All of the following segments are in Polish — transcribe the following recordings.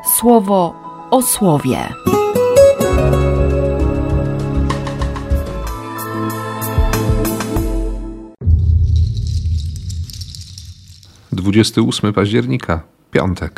Słowo o słowie. Dwudziesty 8 października, piątek.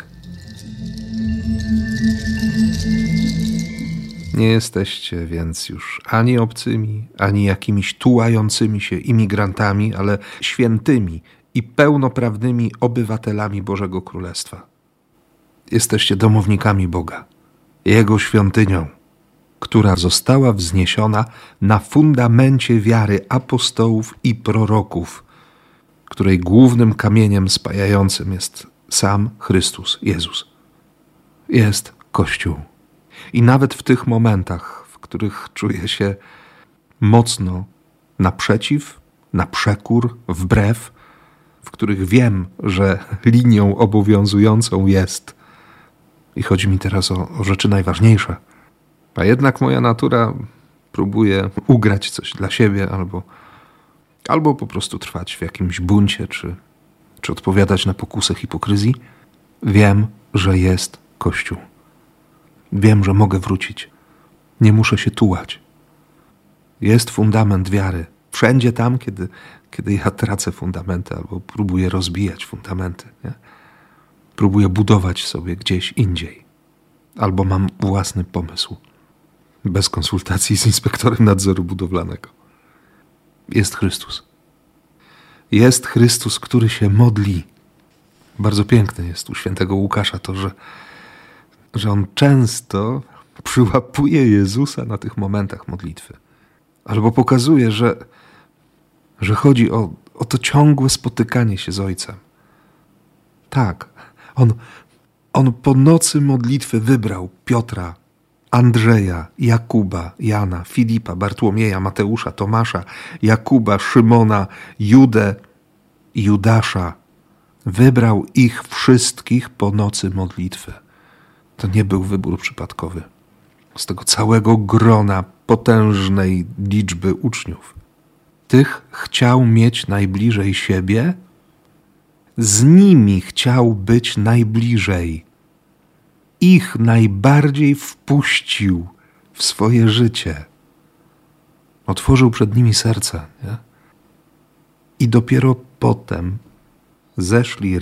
Nie jesteście więc już ani obcymi, ani jakimiś tułającymi się imigrantami, ale świętymi i pełnoprawnymi obywatelami Bożego Królestwa. Jesteście domownikami Boga, Jego świątynią, która została wzniesiona na fundamencie wiary apostołów i proroków, której głównym kamieniem spajającym jest sam Chrystus Jezus. Jest Kościół. I nawet w tych momentach, w których czuję się mocno naprzeciw, na przekór, wbrew, w których wiem, że linią obowiązującą jest, i chodzi mi teraz o rzeczy najważniejsze, a jednak moja natura próbuje ugrać coś dla siebie albo po prostu trwać w jakimś buncie, czy odpowiadać na pokusę hipokryzji, wiem, że jest Kościół. Wiem, że mogę wrócić. Nie muszę się tułać. Jest fundament wiary. Wszędzie tam, kiedy ja tracę fundamenty albo próbuję rozbijać fundamenty. Nie? Próbuję budować sobie gdzieś indziej. Albo mam własny pomysł. Bez konsultacji z inspektorem nadzoru budowlanego. Jest Chrystus. Jest Chrystus, który się modli. Bardzo piękne jest u świętego Łukasza to, że on często przyłapuje Jezusa na tych momentach modlitwy. Albo pokazuje, że chodzi o to ciągłe spotykanie się z Ojcem. Tak, on po nocy modlitwy wybrał Piotra, Andrzeja, Jakuba, Jana, Filipa, Bartłomieja, Mateusza, Tomasza, Jakuba, Szymona, Judę i Judasza. Wybrał ich wszystkich po nocy modlitwy. To nie był wybór przypadkowy. Z tego całego grona potężnej liczby uczniów. Tych chciał mieć najbliżej siebie, z nimi chciał być najbliżej. Ich najbardziej wpuścił w swoje życie. Otworzył przed nimi serce. Nie? I dopiero potem zeszli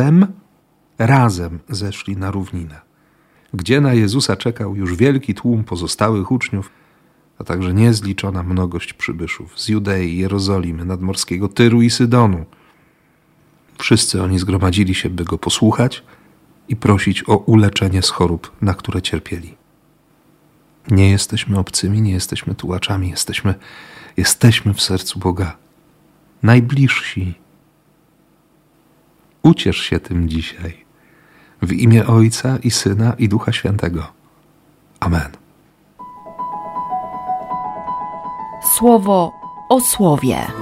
razem zeszli na równinę, gdzie na Jezusa czekał już wielki tłum pozostałych uczniów, a także niezliczona mnogość przybyszów z Judei, Jerozolimy, nadmorskiego Tyru i Sydonu. Wszyscy oni zgromadzili się, by Go posłuchać i prosić o uleczenie z chorób, na które cierpieli. Nie jesteśmy obcymi, nie jesteśmy tułaczami, jesteśmy w sercu Boga. Najbliżsi. Uciesz się tym dzisiaj. W imię Ojca i Syna i Ducha Świętego. Amen. Słowo o słowie.